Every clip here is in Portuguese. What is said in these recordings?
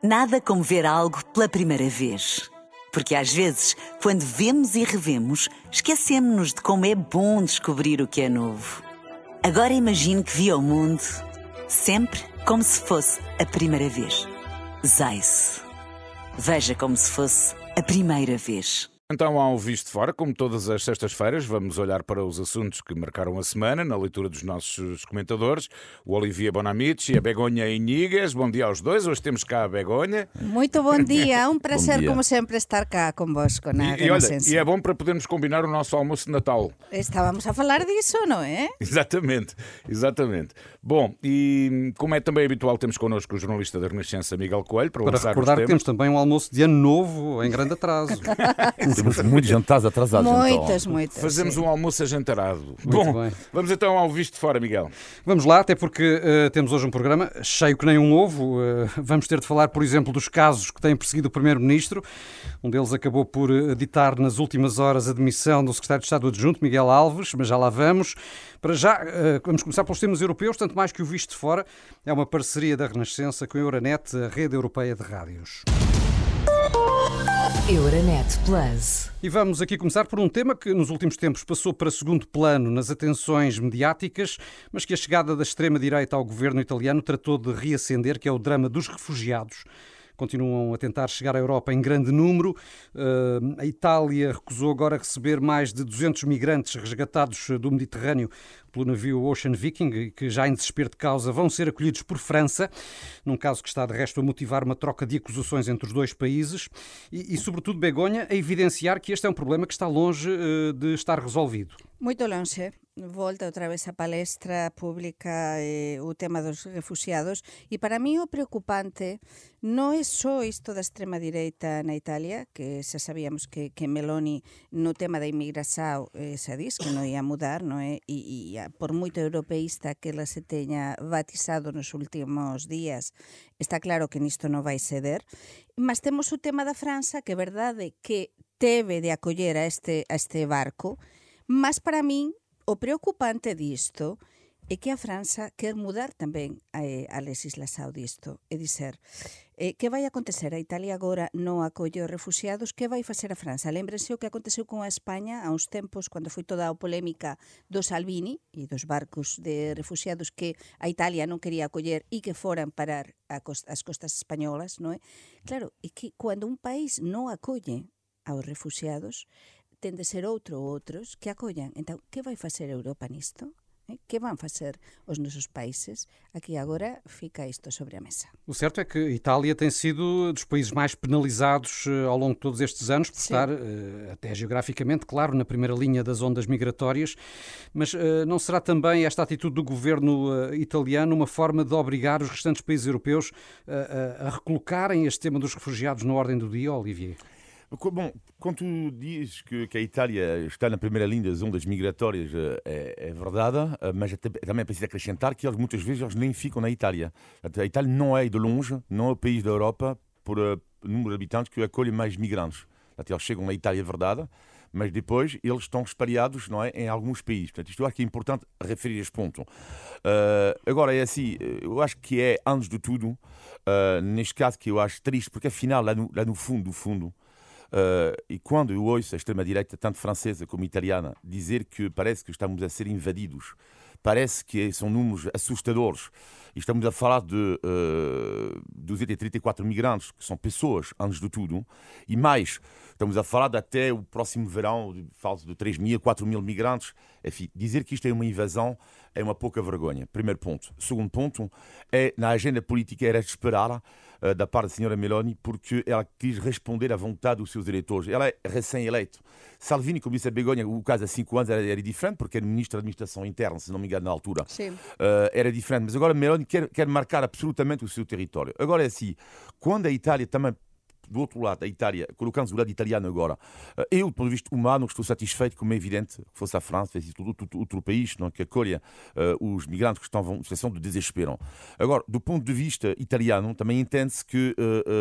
Nada como ver algo pela primeira vez. Porque às vezes, quando vemos e revemos, esquecemos-nos de como é bom descobrir o que é novo. Agora imagine que viu o mundo sempre como se fosse a primeira vez. Zais. Veja como se fosse a primeira vez. Então, ao Visto Fora, como todas as sextas-feiras, vamos olhar para os assuntos que marcaram a semana, na leitura dos nossos comentadores, o Olivier Bonamici e a Begonha Iníguez. Bom dia aos dois, hoje temos cá a Begonha. Muito bom dia, um prazer como sempre estar cá convosco na Renascença. E é bom para podermos combinar o nosso almoço de Natal. Estávamos a falar disso, não é? Exatamente. Bom, e como é também habitual, temos connosco o jornalista da Renascença, Miguel Coelho, para recordar que temos também um almoço de ano novo em grande atraso. Temos muitos jantares atrasados. Muitas. Fazemos um almoço ajantarado. Bom, vamos então ao Visto Fora, Miguel. Vamos lá, até porque temos hoje um programa cheio que nem um ovo. Vamos ter de falar, por exemplo, dos casos que têm perseguido o Primeiro-Ministro. Um deles acabou por ditar nas últimas horas a demissão do Secretário de Estado Adjunto, Miguel Alves, mas já lá vamos. Para já, vamos começar pelos temas europeus, tanto mais que o Visto Fora é uma parceria da Renascença com a Euronet, a rede europeia de rádios. Euronet Plus. E vamos aqui começar por um tema que nos últimos tempos passou para segundo plano nas atenções mediáticas, mas que a chegada da extrema-direita ao governo italiano tratou de reacender, que é o drama dos refugiados. Continuam a tentar chegar à Europa em grande número. A Itália recusou agora receber mais de 200 migrantes resgatados do Mediterrâneo pelo navio Ocean Viking, que já em desespero de causa vão ser acolhidos por França, num caso que está de resto a motivar uma troca de acusações entre os dois países e sobretudo, Begonha, a evidenciar que este é um problema que está longe de estar resolvido. Muito longe. Volta outra vez a palestra pública o tema dos refugiados e para mí o preocupante non é só isto da extrema direita na Italia, que xa sabíamos que Meloni no tema da inmigración xa diz que non ia mudar, non é? E por moito europeísta que ela se teña batizado nos últimos días, está claro que nisto non vai ceder. Mas temos o tema da França, que é verdade que teve de acoller a este barco, mas para min o preocupante disto é que a França quer mudar tamén a legislación disto. É dizer, que vai acontecer? A Italia agora non acolle os refugiados, que vai facer a França? Lémbrense o que aconteceu con a España há uns tempos, cando foi toda a polémica do Salvini e dos barcos de refugiados que a Italia non quería acoller e que foran parar as costas españolas, non é? Claro, é que cando un país non acolle aos refugiados, ten de ser outro ou outros que acollan. Entón, que vai facer Europa nisto? Que van facer os nosos países? Aqui agora fica isto sobre a mesa. O certo é que a Itália tem sido dos países mais penalizados ao longo de todos estes anos por estar, até geograficamente, claro, na primeira linha das ondas migratórias, mas não será também esta atitude do governo italiano uma forma de obrigar os restantes países europeus a recolocarem este tema dos refugiados na ordem do dia, Olivier? Bom, quando tu dizes que a Itália está na primeira linha das ondas migratórias, é verdade, mas também é preciso acrescentar que muitas vezes eles nem ficam na Itália. A Itália não é de longe, não é o país da Europa por número de habitantes que acolhe mais migrantes. Eles chegam na Itália, é verdade, mas depois eles estão espalhados, não é, em alguns países. Portanto, isto eu acho que é importante referir este ponto. Agora, é assim, eu acho que é, antes de tudo, neste caso que eu acho triste, porque afinal, lá no fundo, e quando eu ouço a extrema-direita, tanto francesa como italiana, dizer que parece que estamos a ser invadidos, parece que são números assustadores, e estamos a falar de 234 migrantes, que são pessoas, antes de tudo, e mais, estamos a falar de até o próximo verão, falta de 3.000, 4.000 migrantes. Enfim, dizer que isto é uma invasão é uma pouca vergonha, primeiro ponto. Segundo ponto, na agenda política era de esperar da parte da senhora Meloni, porque ela quis responder à vontade dos seus eleitores. Ela é recém-eleita. Salvini, como disse a Begonha, o caso há 5 anos era diferente, porque era ministro da Administração Interna, se não me engano, na altura. Sim. Era diferente, mas agora Meloni quer marcar absolutamente o seu território. Agora é assim, quando a Itália também do outro lado, a Itália, colocando do lado italiano agora, eu, do ponto de vista humano, estou satisfeito, como é evidente, que fosse a França, fosse outro país não, que acolha os migrantes que estão em situação de desespero. Agora, do ponto de vista italiano, também entende-se que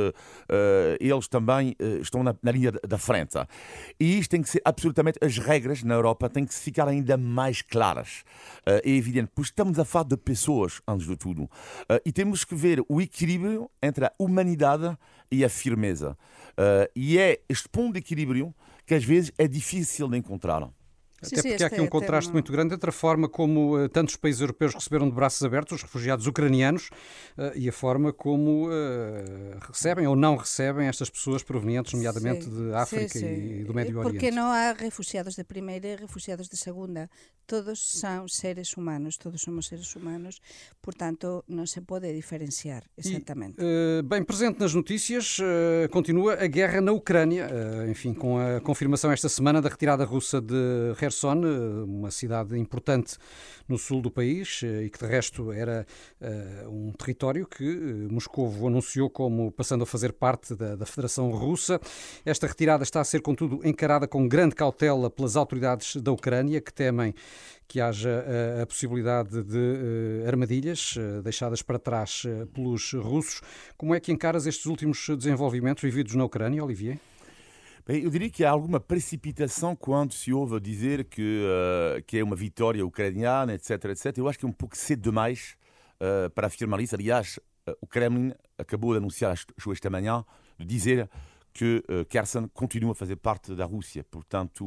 eles também estão na linha da frente. E isto tem que ser absolutamente, as regras na Europa têm que ficar ainda mais claras. É evidente, pois estamos a falar de pessoas, antes de tudo. E temos que ver o equilíbrio entre a humanidade e a firmeza. E é este ponto de equilíbrio que às vezes é difícil de encontrar. Até porque há aqui um contraste muito grande entre a forma como tantos países europeus receberam de braços abertos os refugiados ucranianos e a forma como recebem ou não recebem estas pessoas provenientes, nomeadamente de África e do Médio Oriente. Porque não há refugiados de primeira e refugiados de segunda. Todos são seres humanos, todos somos seres humanos, portanto não se pode diferenciar exatamente. Bem presente nas notícias, continua a guerra na Ucrânia, enfim, com a confirmação esta semana da retirada russa de Kherson, uma cidade importante no sul do país e que de resto era um território que Moscovo anunciou como passando a fazer parte da Federação Russa. Esta retirada está a ser, contudo, encarada com grande cautela pelas autoridades da Ucrânia, que temem que haja a possibilidade de armadilhas deixadas para trás pelos russos. Como é que encaras estes últimos desenvolvimentos vividos na Ucrânia, Olivier? Bem, eu diria que há alguma precipitação quando se ouve dizer que é uma vitória ucraniana, etc, etc. Eu acho que é um pouco cedo demais para afirmar isso. Aliás, o Kremlin acabou de anunciar esta manhã, de dizer que Kherson continua a fazer parte da Rússia. Portanto,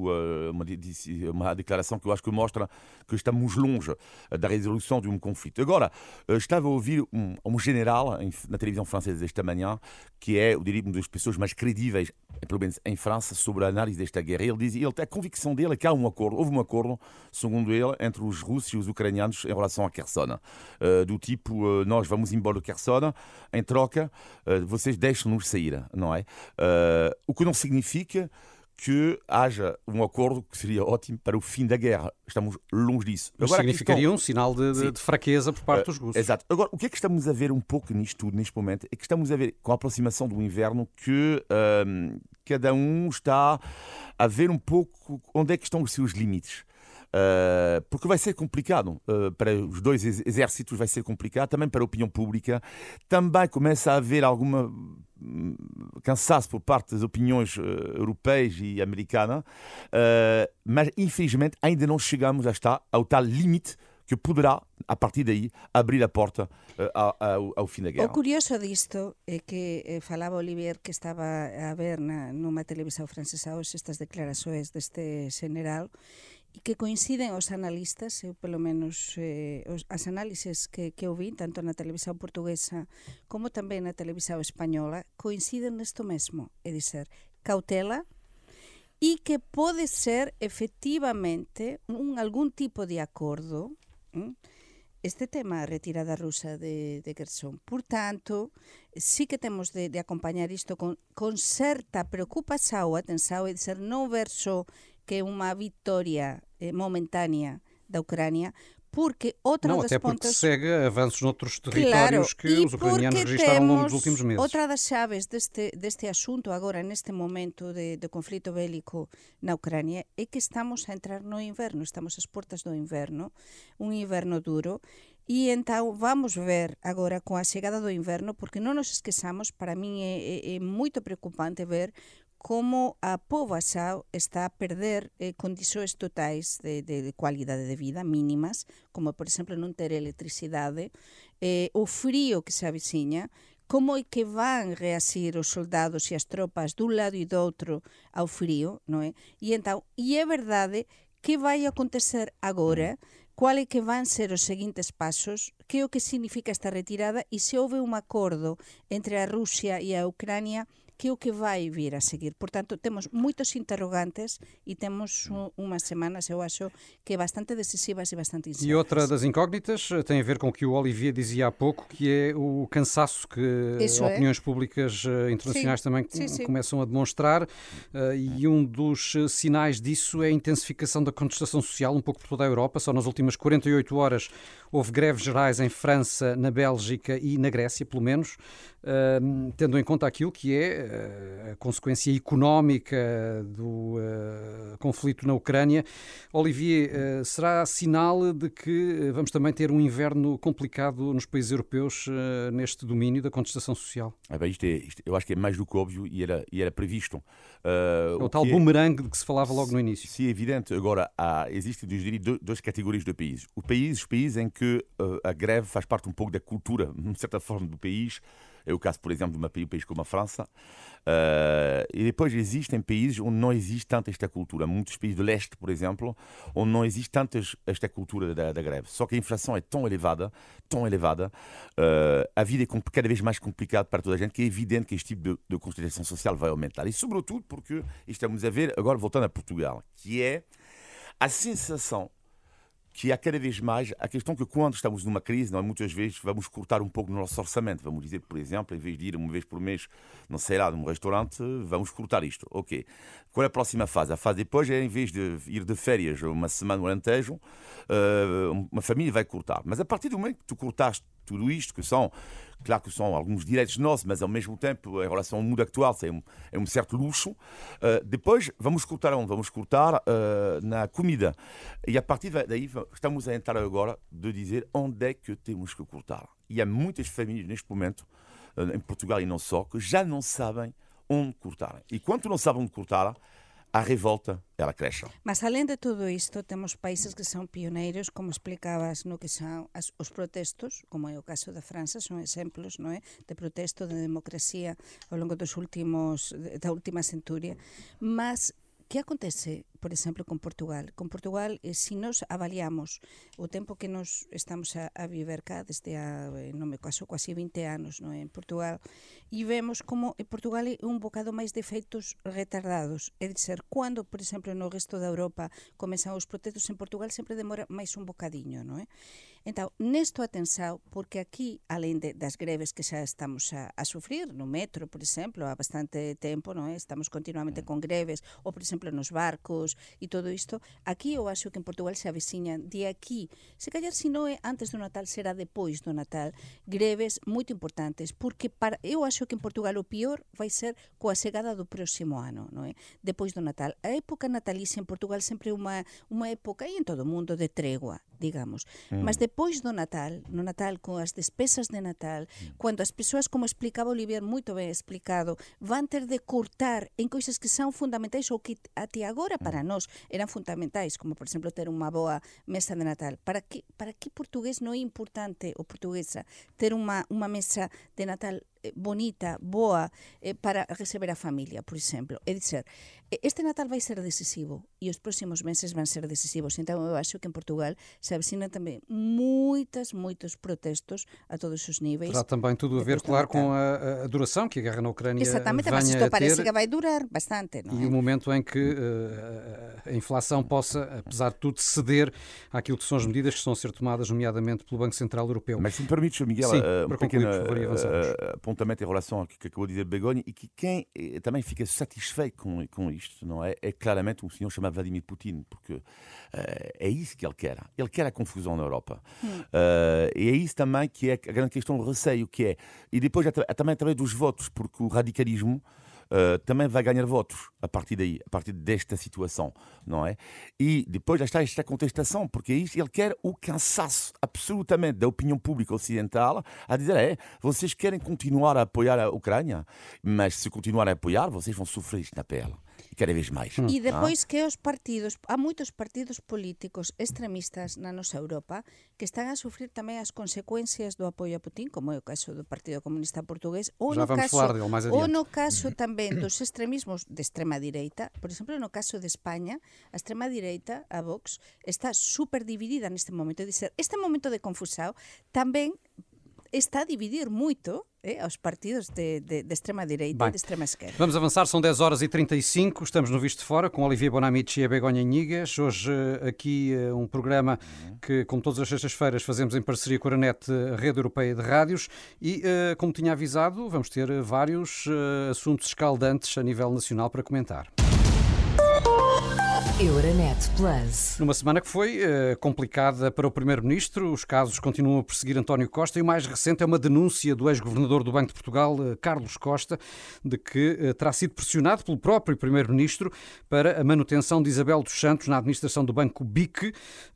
uma declaração que eu acho que mostra que estamos longe da resolução de um conflito. Agora, estava a ouvir um general na televisão francesa esta manhã, que é, eu diria, uma das pessoas mais credíveis, pelo menos em França, sobre a análise desta guerra. Ele dizia, a convicção dele é que houve um acordo, segundo ele, entre os russos e os ucranianos em relação a Kherson. Do tipo, nós vamos embora de Kherson, em troca, vocês deixam-nos sair, não é? O que não significa que haja um acordo que seria ótimo para o fim da guerra. Estamos longe disso. Mas agora, significaria um sinal de fraqueza por parte dos russos. Exato. Agora, o que é que estamos a ver um pouco nisto tudo, neste momento, é que estamos a ver, com a aproximação do inverno, que cada um está a ver um pouco onde é que estão os seus limites. Porque vai ser complicado para os dois exércitos, vai ser complicado também para a opinião pública. Também começa a haver alguma cansaço por parte das opiniões europeias e americanas, mas infelizmente ainda não chegamos ao tal limite que poderá, a partir daí, abrir a porta ao fim da guerra. O curioso disto é que falaba Olivier que estava a ver numa televisão francesa hoxe estas declarações deste general e que coinciden os analistas, eu pelo menos as análises que eu vi, tanto na televisão portuguesa como tamén na televisão española, coinciden nesto mesmo, é dizer, cautela e que pode ser efectivamente algún tipo de acordo este tema a retirada rusa de Kherson. Portanto, sí que temos de acompañar isto con certa preocupación, atenção, é dizer, non ver só que é unha vitória momentánea da Ucrânia, porque outra das até porque pontas... segue avanços noutros territórios que os ucranianos registraram ao longo dos últimos meses. Outra das chaves deste assunto agora, neste momento de conflito bélico na Ucrânia, é que estamos a entrar no inverno, estamos às portas do inverno, un inverno duro, e então vamos ver agora com a chegada do inverno, porque non nos esqueçamos, para mim é muito preocupante ver como a poboação está a perder condições totais de qualidade de vida mínimas, como, por exemplo, non ter electricidade, o frío que se avicinha, como é que van reasir os soldados e as tropas dun lado e do outro ao frío, non é? E é verdade que vai acontecer agora, qual é que van ser os seguintes pasos, que é o que significa esta retirada e se houve un acordo entre a Rusia e a Ucrânia, que é o que vai vir a seguir. Portanto, temos moitos interrogantes e temos umas semanas, eu acho, que bastante decisivas e bastante incertas. E outra das incógnitas tem a ver com o que o Olivier dizia há pouco, que é o cansaço que opiniões públicas internacionais também começam a demonstrar, e um dos sinais disso é a intensificação da contestação social um pouco por toda a Europa. Só nas últimas 48 horas houve greves gerais em França, na Bélgica e na Grécia, pelo menos, tendo em conta aquilo que é a consequência económica do conflito na Ucrânia. Olivier, será sinal de que vamos também ter um inverno complicado nos países europeus neste domínio da contestação social? Eu acho que é mais do que óbvio e era previsto. O tal boomerang de que se falava logo no início. Sim, é evidente. Agora, existem, duas categorias de países. Os países em que a greve faz parte um pouco da cultura, de certa forma, do país. É o caso, por exemplo, de um país como a França. E depois existem países onde não existe tanto esta cultura. Muitos países do leste, por exemplo, onde não existe tanto esta cultura da greve. Só que a inflação é tão elevada, a vida é cada vez mais complicada para toda a gente, que é evidente que este tipo de contestação social vai aumentar. E sobretudo porque estamos a ver, agora voltando a Portugal, que é a sensação que há cada vez mais a questão que quando estamos numa crise, nós muitas vezes vamos cortar um pouco no nosso orçamento. Vamos dizer, por exemplo, em vez de ir uma vez por mês, não sei lá, num restaurante, vamos cortar isto. Ok. Qual é a próxima fase? A fase depois é, em vez de ir de férias uma semana no Alentejo, uma família vai cortar. Mas a partir do momento que tu cortaste tudo isto, claro que são alguns direitos nossos, mas ao mesmo tempo, em relação ao mundo atual, é um certo luxo. Depois, vamos cortar onde? Vamos cortar na comida. E a partir daí, estamos a entrar agora de dizer onde é que temos que cortar. E há muitas famílias neste momento, em Portugal e não só, que já não sabem onde cortar. E quando não sabem onde cortar, a revolta, ela cresce. Mas, além de tudo isto, temos países que são pioneiros, como explicabas, no que são os protestos, como é o caso da França, são exemplos, não é, de protesto, de democracia ao longo da última centúria. Mas, que acontece, por exemplo, con Portugal? Con Portugal, se nós avaliamos o tempo que nós estamos a viver cá, desde no me caso, quase 20 anos, non, en Portugal, e vemos como Portugal é un bocado máis de efeitos retardados. É dizer, cando, por exemplo, no resto da Europa comezan os protestos, en Portugal sempre demora máis un bocadiño, non é? Entón, nesto atenção, porque aquí, além das greves que xa estamos a sufrir, no metro, por exemplo, há bastante tempo, non é? Estamos continuamente con greves, ou, por exemplo, nos barcos e todo isto, aquí eu acho que en Portugal se aveciñan de aquí, se calhar se non é antes do Natal, será depois do Natal, greves moito importantes, porque eu acho que en Portugal o pior vai ser coa chegada do próximo ano, non é? Depois do Natal. A época natalicia en Portugal sempre é unha época, e en todo o mundo, de tregua, digamos. Mas depois do Natal, no Natal, con as despesas de Natal, cando as persoas, como explicaba Olivier, moito ben explicado, van ter de cortar en coisas que son fundamentais ou que até agora para nós eran fundamentais, como por exemplo ter unha boa mesa de Natal. Para que portugués non é importante, ou portuguesa, ter unha mesa de Natal bonita, boa, para receber a familia, por exemplo. É dizer, este Natal vai ser decisivo e os próximos meses van ser decisivos. Então eu acho que en Portugal se avecinan tamén moitos protestos a todos os níveis. Terá também tudo a ver, claro, com a duração que a guerra na Ucrânia exatamente, mas isto parece que vai durar bastante, não é? E o momento em que a inflação possa, apesar de tudo, ceder àquilo que são as medidas que estão a ser tomadas, nomeadamente pelo Banco Central Europeu. Mas se me permites, Miguel, sim, para concluir, por favor, e avançamos. Apontamento em relação ao que acabou de dizer Begonha, e que quem também fica satisfeito com isto, não é? É claramente um senhor chamado Vladimir Putin, porque é isso que ele quer. Ele quer a confusão na Europa. E é isso também que é a grande questão do receio, que é, e depois também através dos votos, porque o radicalismo também vai ganhar votos a partir daí, a partir desta situação, não é? E depois já está esta contestação, porque é isso, ele quer o cansaço absolutamente da opinião pública ocidental a dizer, vocês querem continuar a apoiar a Ucrânia, mas se continuarem a apoiar, vocês vão sofrer isto na pele. Cada vez máis. E depois que os partidos, há moitos partidos políticos extremistas na nosa Europa que están a sufrir tamén as consecuencias do apoio a Putin, como é o caso do Partido Comunista Portugués, ou no caso tamén dos extremismos de extrema direita. Por exemplo, no caso de España, a extrema direita, a Vox, está super dividida neste momento. É dizer, este momento de confusão tamén está a dividir moito aos partidos de extrema direita e de extrema esquerda. Vamos avançar, são 10h35, estamos no Visto de Fora com Olivier Bonamici e a Begonha Inigas. Hoje aqui um programa que, como todas as sextas-feiras, fazemos em parceria com a Net, a Rede Europeia de Rádios, e, como tinha avisado, vamos ter vários assuntos escaldantes a nível nacional para comentar. Euronet Plus. Numa semana que foi complicada para o Primeiro-Ministro, os casos continuam a perseguir António Costa e o mais recente é uma denúncia do ex-governador do Banco de Portugal, Carlos Costa, de que terá sido pressionado pelo próprio Primeiro-Ministro para a manutenção de Isabel dos Santos na administração do Banco BIC.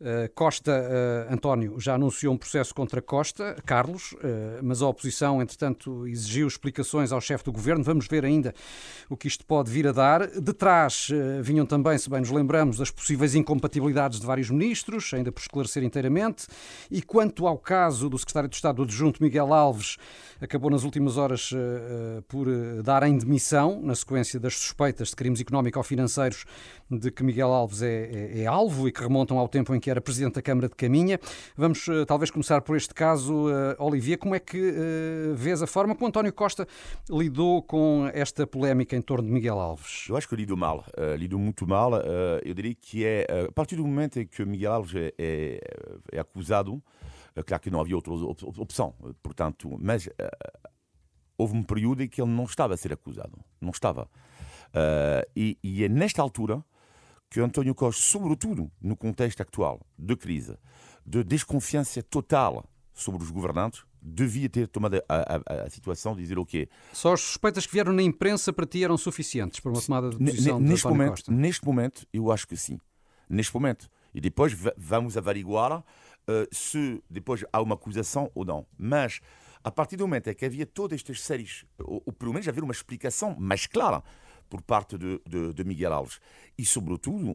António já anunciou um processo contra Costa, Carlos, mas a oposição, entretanto, exigiu explicações ao chefe do governo. Vamos ver ainda o que isto pode vir a dar. De trás vinham também, se bem nos lembramos, as possíveis incompatibilidades de vários ministros, ainda por esclarecer inteiramente. E quanto ao caso do secretário de Estado adjunto Miguel Alves, acabou nas últimas horas por dar em demissão, na sequência das suspeitas de crimes económico-financeiros de que Miguel Alves é alvo e que remontam ao tempo em que era Presidente da Câmara de Caminha. Vamos talvez começar por este caso. Olivier, como é que vês a forma como António Costa lidou com esta polémica em torno de Miguel Alves? Eu acho que lido mal, lido muito mal. Eu diria que a partir do momento em que Miguel Alves é acusado, claro que não havia outra opção, portanto, mas houve um período em que ele não estava a ser acusado, não estava. E é nesta altura que António Costa, sobretudo no contexto atual de crise, de desconfiança total sobre os governantes, devia ter tomado a situação de dizer o quê? Só as suspeitas que vieram na imprensa para ti eram suficientes para uma tomada de posição de António Costa? Neste momento, eu acho que sim. Neste momento. E depois vamos averiguar se depois há uma acusação ou não. Mas, a partir do momento em que havia todas estas séries, ou pelo menos haver uma explicação mais clara por parte de Miguel Alves. E, sobretudo,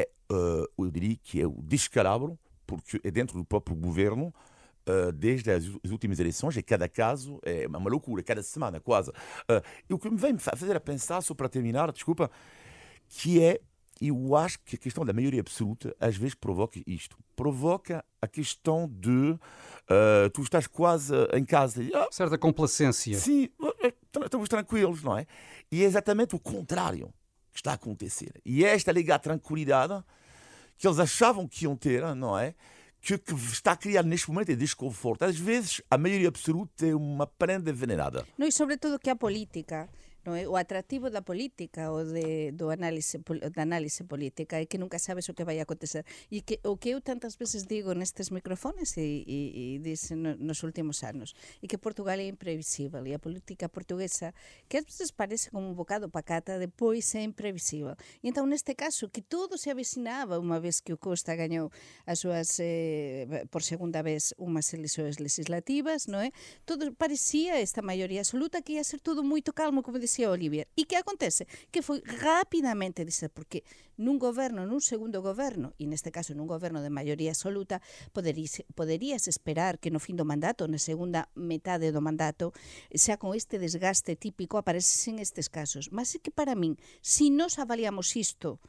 eu diria que é o descalabro, porque é dentro do próprio governo, desde as últimas eleições, e cada caso é uma loucura, cada semana quase. E o que me vem fazer a pensar, só para terminar, desculpa, que eu acho que a questão da maioria absoluta às vezes provoca isto. Provoca a questão de tu estás quase em casa. Certa complacência. Sim, estamos tranquilos, não é? E é exatamente o contrário que está a acontecer. E é esta liga à tranquilidade que eles achavam que iam ter, não é? Que está a criar neste momento é desconforto. Às vezes, a maioria absoluta é uma prenda envenenada. No, e sobretudo que a política, non é? O atractivo da política ou da análise política é que nunca sabes o que vai acontecer. E que o que eu tantas veces digo nestes microfones e dicen nos últimos anos é que Portugal é imprevisível e a política portuguesa, que às veces parece como un bocado pacata, depois é imprevisível. E então, neste caso, que todo se avecinaba unha vez que o Costa gañou as súas, por segunda vez, unhas eleições legislativas, non é? Todo parecía esta maioría absoluta que ia ser todo moito calmo, como decía Olivier. E que acontece? Que foi rapidamente dizer, porque nun goberno, nun segundo goberno, e neste caso nun goberno de maioría absoluta, poderías esperar que no fin do mandato, na segunda metade do mandato, xa con este desgaste típico aparecesen estes casos. Mas é que para min, se nos avaliamos isto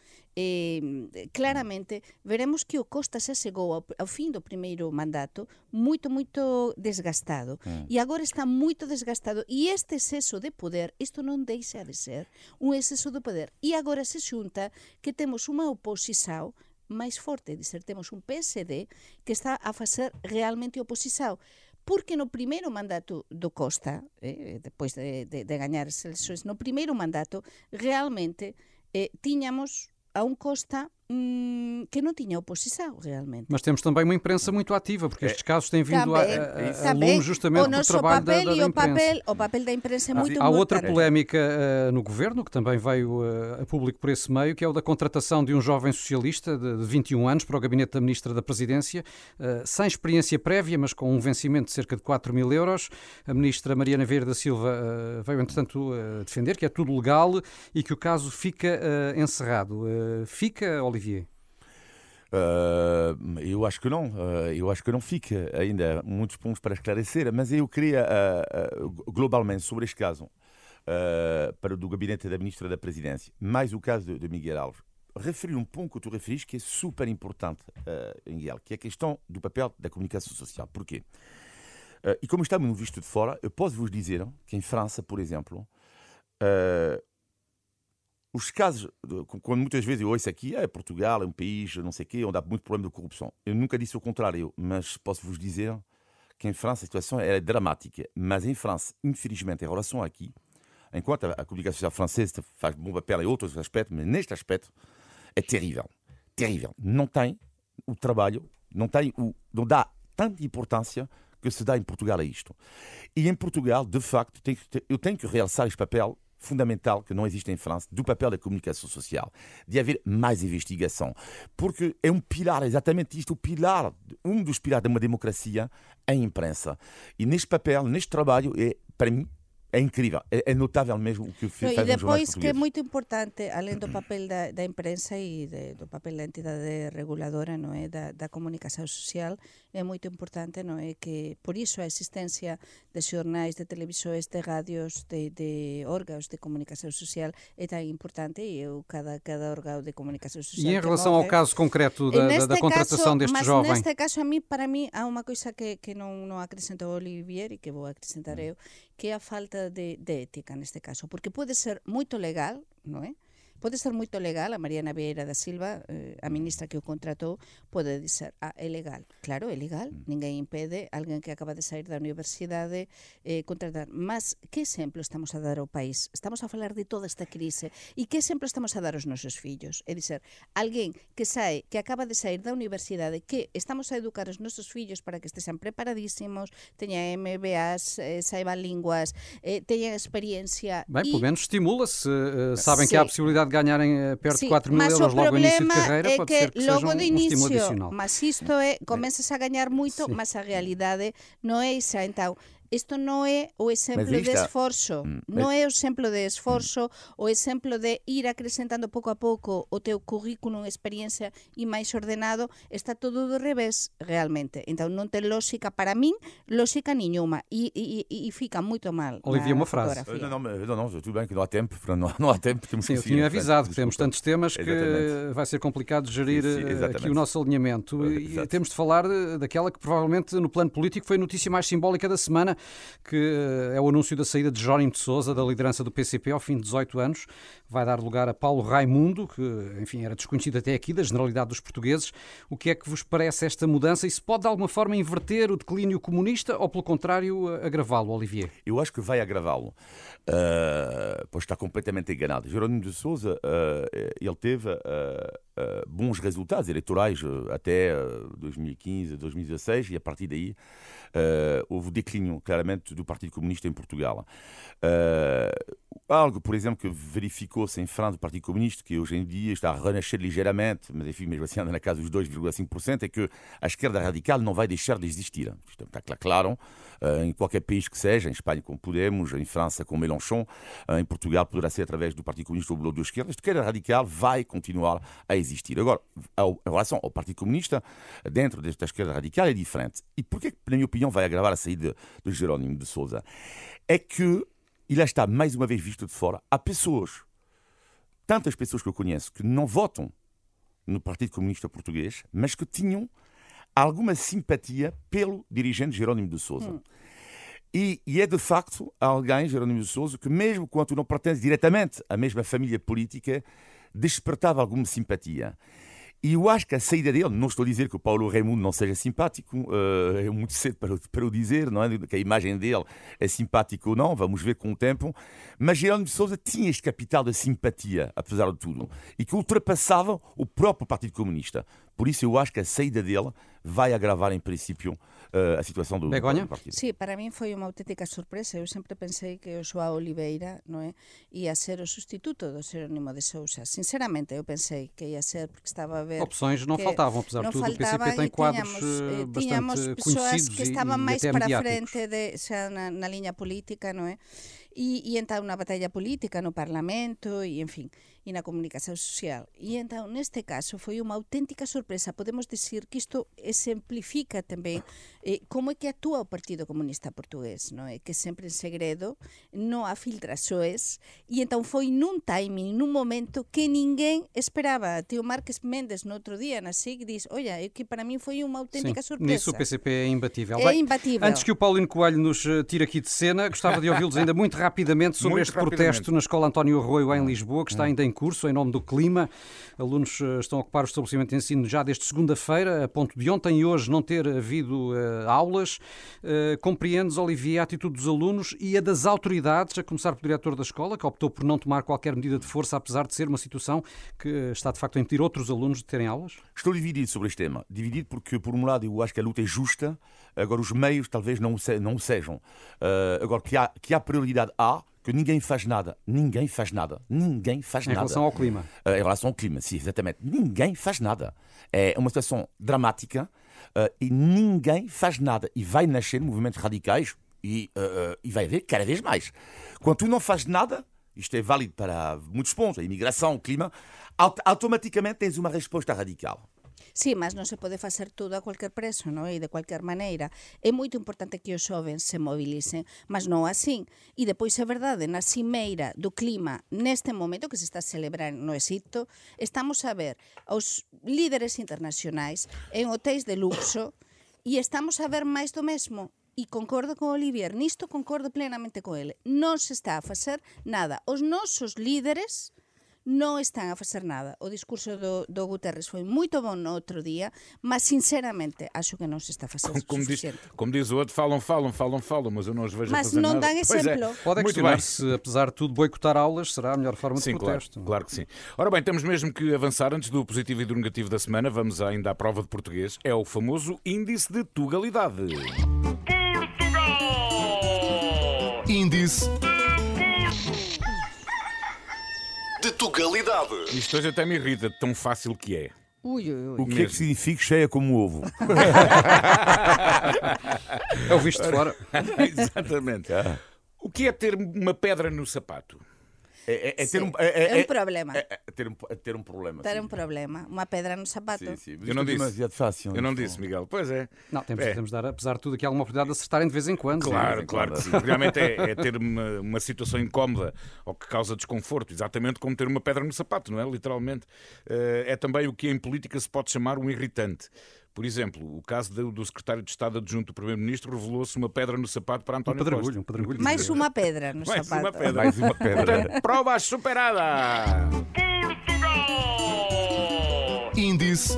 claramente, veremos que o Costa xa chegou ao fin do primeiro mandato moito desgastado. E agora está moito desgastado. E este exceso de poder, isto non deixa de ser un exceso de poder. E agora se xunta que temos unha oposición máis forte, dizer, temos un PSD que está a facer realmente oposición. Porque no primeiro mandato do Costa, depois de gañar as eleições, no primeiro mandato, realmente tiñamos a un Costa que non tiña oposição, realmente. Mas temos também uma imprensa muito ativa, porque estes casos têm vindo a lume justamente do trabalho da imprensa. O papel da imprensa é muito importante. Há outra polémica no governo, que também veio a público por esse meio, que é o da contratação de um jovem socialista de 21 anos para o gabinete da Ministra da Presidência, sem experiência prévia, mas com um vencimento de cerca de 4.000 euros. A Ministra Mariana Vieira da Silva veio, entretanto, defender que é tudo legal e que o caso fica encerrado. Fica, Olivier? Eu acho que não. Eu acho que não fica ainda muitos pontos para esclarecer, mas eu queria, globalmente, sobre este caso, para do gabinete da Ministra da Presidência, mais o caso de Miguel Alves, referir um ponto que tu referiste que é super importante, Miguel, que é a questão do papel da comunicação social. Porquê? E como estamos no visto de fora, eu posso vos dizer que em França, por exemplo, os casos, quando muitas vezes eu ouço aqui, Portugal é um país, não sei o quê, onde há muito problema de corrupção. Eu nunca disse o contrário, mas posso vos dizer que em França a situação é dramática. Mas em França, infelizmente, em relação a aqui, enquanto a comunicação social francesa faz bom papel em outros aspectos, mas neste aspecto é terrível. terrível. Não tem o trabalho, não dá tanta importância que se dá em Portugal a isto. E em Portugal, de facto, eu tenho que realçar este papel fundamental que não existe em França, do papel da comunicação social, de haver mais investigação. Porque é um pilar, exatamente isto, um dos pilares de uma democracia, a imprensa. E neste papel, neste trabalho, para mim, é incrível, é notável mesmo o que faz E depois jornais que é muito importante, além do papel da imprensa e do papel da entidade reguladora, não é, da comunicação social, é muito importante, não é, que por isso a existência de jornais, de televisões, de rádios, de órgãos de comunicação social é tão importante e cada órgão de comunicação social. E em relação ao caso concreto da contratação deste jovem? Neste caso, para mim, há uma coisa que não acrescentou Olivier e que vou acrescentar eu, que é a falta de ética neste caso, porque pode ser muito legal, não é? Pode ser muito legal, a Mariana Vieira da Silva, a ministra que o contratou, pode dizer, é legal. Claro, é legal, ninguém impede alguém que acaba de sair da universidade contratar. Mas que exemplo estamos a dar ao país? Estamos a falar de toda esta crise. E que exemplo estamos a dar aos nosos fillos? É dizer, alguén que acaba de sair da universidade, que estamos a educar os nosos fillos para que estejam preparadísimos, teñan MBAs, saiban linguas, teñan experiencia. Bem, pelo menos estimula-se. Sabem que há a possibilidade de ganharem perto de 4 mil euros logo no início de carreira, pode ser que seja um estímulo adicional. Mas isto começas a ganhar moito, mas a realidade non é esa. Então, isto non é o exemplo de esforzo, non é o exemplo de esforzo, o exemplo de ir acrescentando pouco a pouco o teu currículum, experiencia e máis ordenado, está todo do revés realmente. Então non ten lógica para min, lógica nenhuma e fica muito mal. Olivier, uma frase. Não, tudo bem que não há tempo, não há tempo. Sim, eu tinha avisado que temos tantos temas que vai ser complicado gerir aqui o nosso alinhamento. E temos de falar daquela que provavelmente no plano político foi a notícia mais simbólica da semana, que é o anúncio da saída de Jerónimo de Sousa da liderança do PCP ao fim de 18 anos. Vai dar lugar a Paulo Raimundo, que, enfim, era desconhecido até aqui da generalidade dos portugueses. O que é que vos parece esta mudança e se pode de alguma forma inverter o declínio comunista ou, pelo contrário, agravá-lo, Olivier? Eu acho que vai agravá-lo, pois está completamente enganado. Jerónimo de Sousa, ele teve bons resultados eleitorais até 2015, 2016 e a partir daí houve declínio claramente do Partido Comunista em Portugal. Algo, por exemplo, que verificou-se em França do Partido Comunista, que hoje em dia está a renascer ligeiramente, mas enfim, mesmo assim anda na casa dos 2,5%, é que a esquerda radical não vai deixar de existir. Isto está claro, em qualquer país que seja, em Espanha com Podemos, em França com Mélenchon, em Portugal poderá ser através do Partido Comunista ou do Bloco de Esquerda. A esquerda radical vai continuar a existir. Agora, em relação ao Partido Comunista, dentro desta esquerda radical é diferente. E porquê que, na minha opinião, vai agravar a saída de Jerónimo de Sousa? É que ele está mais uma vez visto de fora. Há pessoas, tantas pessoas que eu conheço, que não votam no Partido Comunista Português, mas que tinham alguma simpatia pelo dirigente Jerónimo de Sousa. E é de facto alguém, Jerónimo de Sousa, que mesmo quando não pertence diretamente à mesma família política, despertava alguma simpatia. E eu acho que a saída dele, não estou a dizer que o Paulo Raimundo não seja simpático, é muito cedo para o dizer, não é? Que a imagem dele é simpática ou não, vamos ver com o tempo, mas Jerónimo de Sousa tinha este capital da simpatia, apesar de tudo, e que ultrapassava o próprio Partido Comunista. Por isso eu acho que a saída dele vai agravar, em princípio, a situação do partido. Sim, para mim foi uma autêntica surpresa. Eu sempre pensei que o João Oliveira, não é, ia ser o substituto do Jerónimo de Sousa. Sinceramente, eu pensei que ia ser, porque estava a ver... Opções não faltavam, apesar de tudo. O PCP tem quadros bastante conhecidos que estavam mais para a frente na linha política, não é? E então na batalha política, no Parlamento e, enfim, e na comunicação social. E então, neste caso, foi uma autêntica surpresa. Podemos dizer que isto exemplifica também como é que atua o Partido Comunista Português, não é? Que sempre em segredo, não há filtrações, e então foi num timing, num momento que ninguém esperava. Teo Marques Mendes, no outro dia, na SIC, diz, olha, que para mim foi uma autêntica surpresa. Nisso o PCP é imbatível. É imbatível. Antes que o Paulino Coelho nos tire aqui de cena, gostava de ouvi-los ainda muito rapidamente rapidamente sobre Muito este rapidamente. protesto na Escola António Arroio, em Lisboa, que está ainda em curso, em nome do clima. Alunos estão a ocupar o estabelecimento de ensino já desde segunda-feira, a ponto de ontem e hoje não ter havido aulas. Compreendes, Olivier, a atitude dos alunos e a das autoridades, a começar pelo diretor da escola, que optou por não tomar qualquer medida de força, apesar de ser uma situação que está, de facto, a impedir outros alunos de terem aulas? Estou dividido sobre este tema. Dividido porque, por um lado, eu acho que a luta é justa, agora os meios talvez não o sejam. Agora, que há prioridade que ninguém faz nada. Ninguém faz nada. Ninguém faz nada. Em relação ao clima. Em relação ao clima, sim, exatamente. Ninguém faz nada. É uma situação dramática e ninguém faz nada. E vai nascer movimentos radicais e vai haver cada vez mais. Quando tu não fazes nada, isto é válido para muitos pontos, a imigração, o clima, automaticamente tens uma resposta radical. Sí, mas non se pode facer tudo a cualquier preço, non? E de cualquier maneira. É moito importante que os xovens se mobilicen, mas non así. E depois é verdade, na cimeira do clima, neste momento que se está a celebrar no Egipto, estamos a ver os líderes internacionais en hotéis de luxo e estamos a ver máis do mesmo. E concordo con Olivier, nisto concordo plenamente con ele. Non se está a facer nada. Os nosos líderes non están a facer nada. O discurso do Guterres foi moito bom no outro día, mas sinceramente acho que non se está a facer suficiente. Como diz o outro, falam, mas eu não os vejo a Mas fazer non nada. dan Pois é. exemplo. Pode Muito questionar-se, apesar de tudo, boicotar aulas será a melhor forma de Sim, protesto. claro que sim. Ora bem, temos mesmo que avançar antes do positivo e do negativo da semana. Vamos ainda à prova de português. É o famoso índice de tugalidade. Índice de tugalidade. Isto hoje até me irrita, de tão fácil que é. Ui, ui, ui. O que é que significa cheia como ovo? É o visto de fora. Exatamente. O que é ter uma pedra no sapato? É ter um problema. ter um problema. Ter sim. um problema. Uma pedra no sapato. Sim, sim. Eu não disse. Demasiado fácil. Eu não disse, Miguel. Pois é. Não, temos de dar, apesar de tudo, aqui alguma oportunidade de acertarem de vez em quando. Claro que sim. Realmente é ter uma situação incómoda ou que causa desconforto, exatamente como ter uma pedra no sapato, não é? Literalmente. É também o que em política se pode chamar um irritante. Por exemplo, o caso do secretário de Estado adjunto do Primeiro-Ministro revelou-se uma pedra no sapato para António Costa. Um pedregulho. Mais uma pedra no Mais sapato. uma pedra. Mais uma pedra. Portanto, prova superada. Índice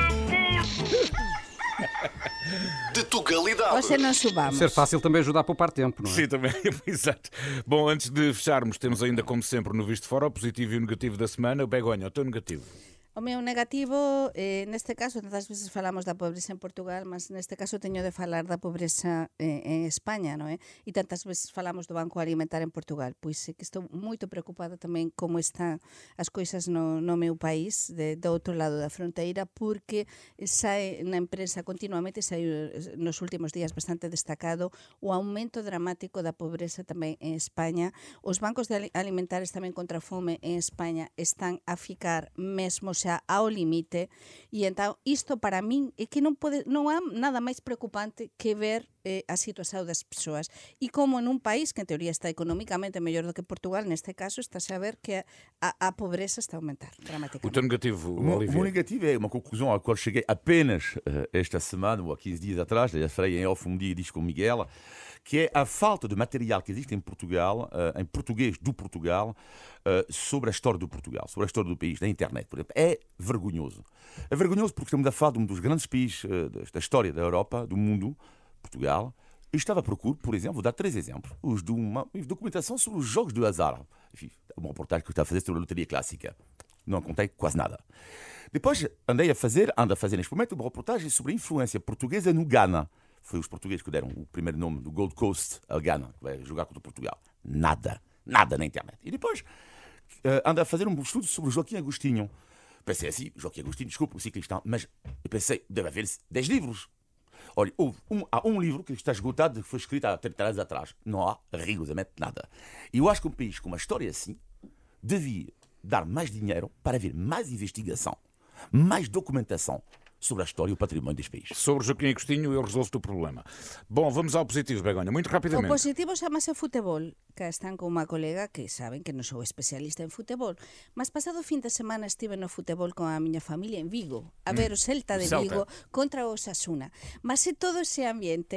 de tugalidade. Hoxe non subamos. Ser fácil também ajuda a poupar tempo, não é? Sim, também, exato. Bom, antes de fecharmos, temos ainda, como sempre, no Visto Fora, o positivo e o negativo da semana. Begonha, o teu negativo. O meu negativo, neste caso, tantas veces falamos da pobreza en Portugal, mas neste caso teño de falar da pobreza en España, non é? E tantas veces falamos do Banco Alimentar en Portugal, pois é que estou moito preocupada tamén como están as coisas no meu país, do outro lado da fronteira, porque sae na imprensa continuamente, sae nos últimos días bastante destacado o aumento dramático da pobreza tamén en España. Os bancos alimentares tamén contra a fome en España están a ficar mesmo xa ao limite, e entón isto para min é que non há nada máis preocupante que ver a situación das persoas, e como nun país que en teoría está económicamente mellor do que Portugal, neste caso está a ver que a pobreza está a aumentar dramaticamente. O teu negativo, O meu Olivier. negativo é uma conclusão à qual cheguei apenas esta semana, ou há 15 dias atrás, já falei em off um dia disto com o Miguel, que é a falta de material que existe em Portugal, em português do Portugal, sobre a história do Portugal, sobre a história do país, na internet, por exemplo. É vergonhoso. É vergonhoso porque estamos a falar de um dos grandes países da história da Europa, do mundo, Portugal. Eu estava à procura, por exemplo, vou dar 3 exemplos, os de uma documentação sobre os jogos do azar. Enfim, uma reportagem que eu estava a fazer sobre a loteria clássica. Não contei quase nada. Depois ando a fazer neste momento uma reportagem sobre a influência portuguesa no Ghana. Foi os portugueses que deram o primeiro nome do Gold Coast ao Ghana, que vai jogar contra Portugal. Nada na internet. E depois ando a fazer um estudo sobre Joaquim Agostinho. Pensei assim, Joaquim Agostinho, desculpa, o ciclista, mas eu pensei, deve haver 10 livros. Olha, há um livro que está esgotado, que foi escrito há 30 anos atrás. Não há rigorosamente nada. E eu acho que um país com uma história assim devia dar mais dinheiro para haver mais investigação, mais documentação sobre a história e o património deste país. Sobre Joaquim Agostinho, eu resolvo-te o problema. Bom, vamos ao positivo, Begonha, muito O rapidamente. positivo chamase futebol, que están con unha colega que saben que non sou especialista en futebol, mas pasado fin de semana estive no futebol con a miña familia en Vigo, a ver o Celta de Celta. Vigo contra o Osasuna. Mas é todo ese ambiente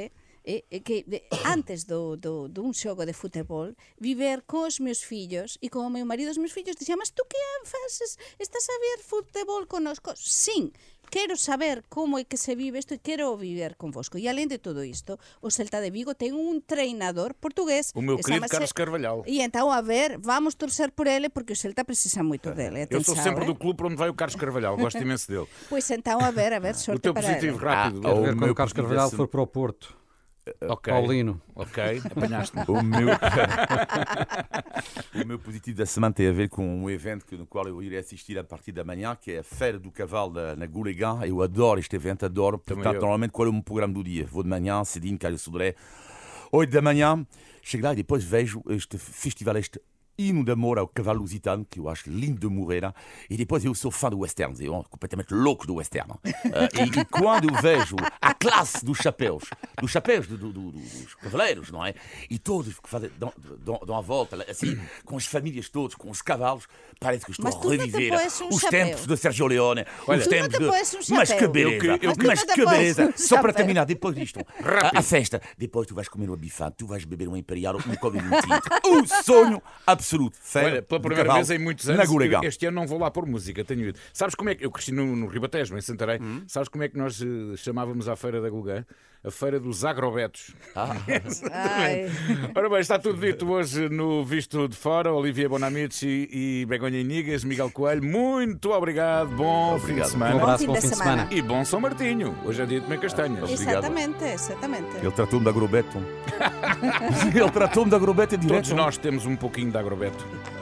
antes dun xogo de futebol, viver cos meus fillos e con o meu marido, os meus fillos dixían, mas tú que faces? Estás a ver futebol conosco? Sin, quero saber como é que se vive isto e quero viver convosco. E além de todo isto, o Celta de Vigo ten un treinador portugués. O meu querido Carlos Carvalhal. E então, a ver, vamos torcer por ele, porque o Celta precisa muito dele. Eu sou sempre do clube para onde vai o Carlos Carvalhal, gosto imenso dele. Pois então, a ver, O sorte teu para positivo ele. rápido. Quero ver quando o Carlos Carvalhal for para o Porto. Ok. Paulino. Ok, apanhaste-me. O meu positivo da semana tem a ver com um evento no qual eu irei assistir a partir da manhã, que é a Feira do Cavalo na Goulegã. Eu adoro este evento, adoro. Portanto, normalmente, qual é o meu programa do dia? Vou de manhã, cedinho, Caio Sodré, 8 da manhã, chego lá e depois vejo este festival, este hino de amor ao cavalo lusitano, que eu acho lindo de morrer, e depois eu sou fã do western, eu completamente louco do western. E quando eu vejo a classe dos chapéus dos cavaleiros, não é? E todos que fazem, dão a volta, assim, com as famílias todas, com os cavalos, parece que estou a reviver os tempos de Sergio Leone, os tempos de... Mas que beleza, mas que beleza. Só para terminar, depois disto, a festa, depois tu vais comer uma bifana, tu vais beber um imperial ou um cobre de tinto. Um sonho absoluto. Olha, pela primeira vez em muitos anos, este ano não vou lá pôr música, tenho ido. Sabes como é que... Eu cresci no Ribatejo, em Santarém. Sabes como é que nós chamávamos a Feira da Goulegã? A Feira dos Agrobetos. Ora bem, está tudo dito hoje no Visto de Fora. Olivia Bonamici e Begonha Inigas, Miguel Coelho, muito obrigado. Bom fim de semana. Um abraço, bom fim de semana. E bom São Martinho. Hoje é dia de comer castanhas. Exatamente. Ele tratou-me de agrobeto. Ele tratou-me de agrobeto direto. Todos nós temos um pouquinho de agrobeto.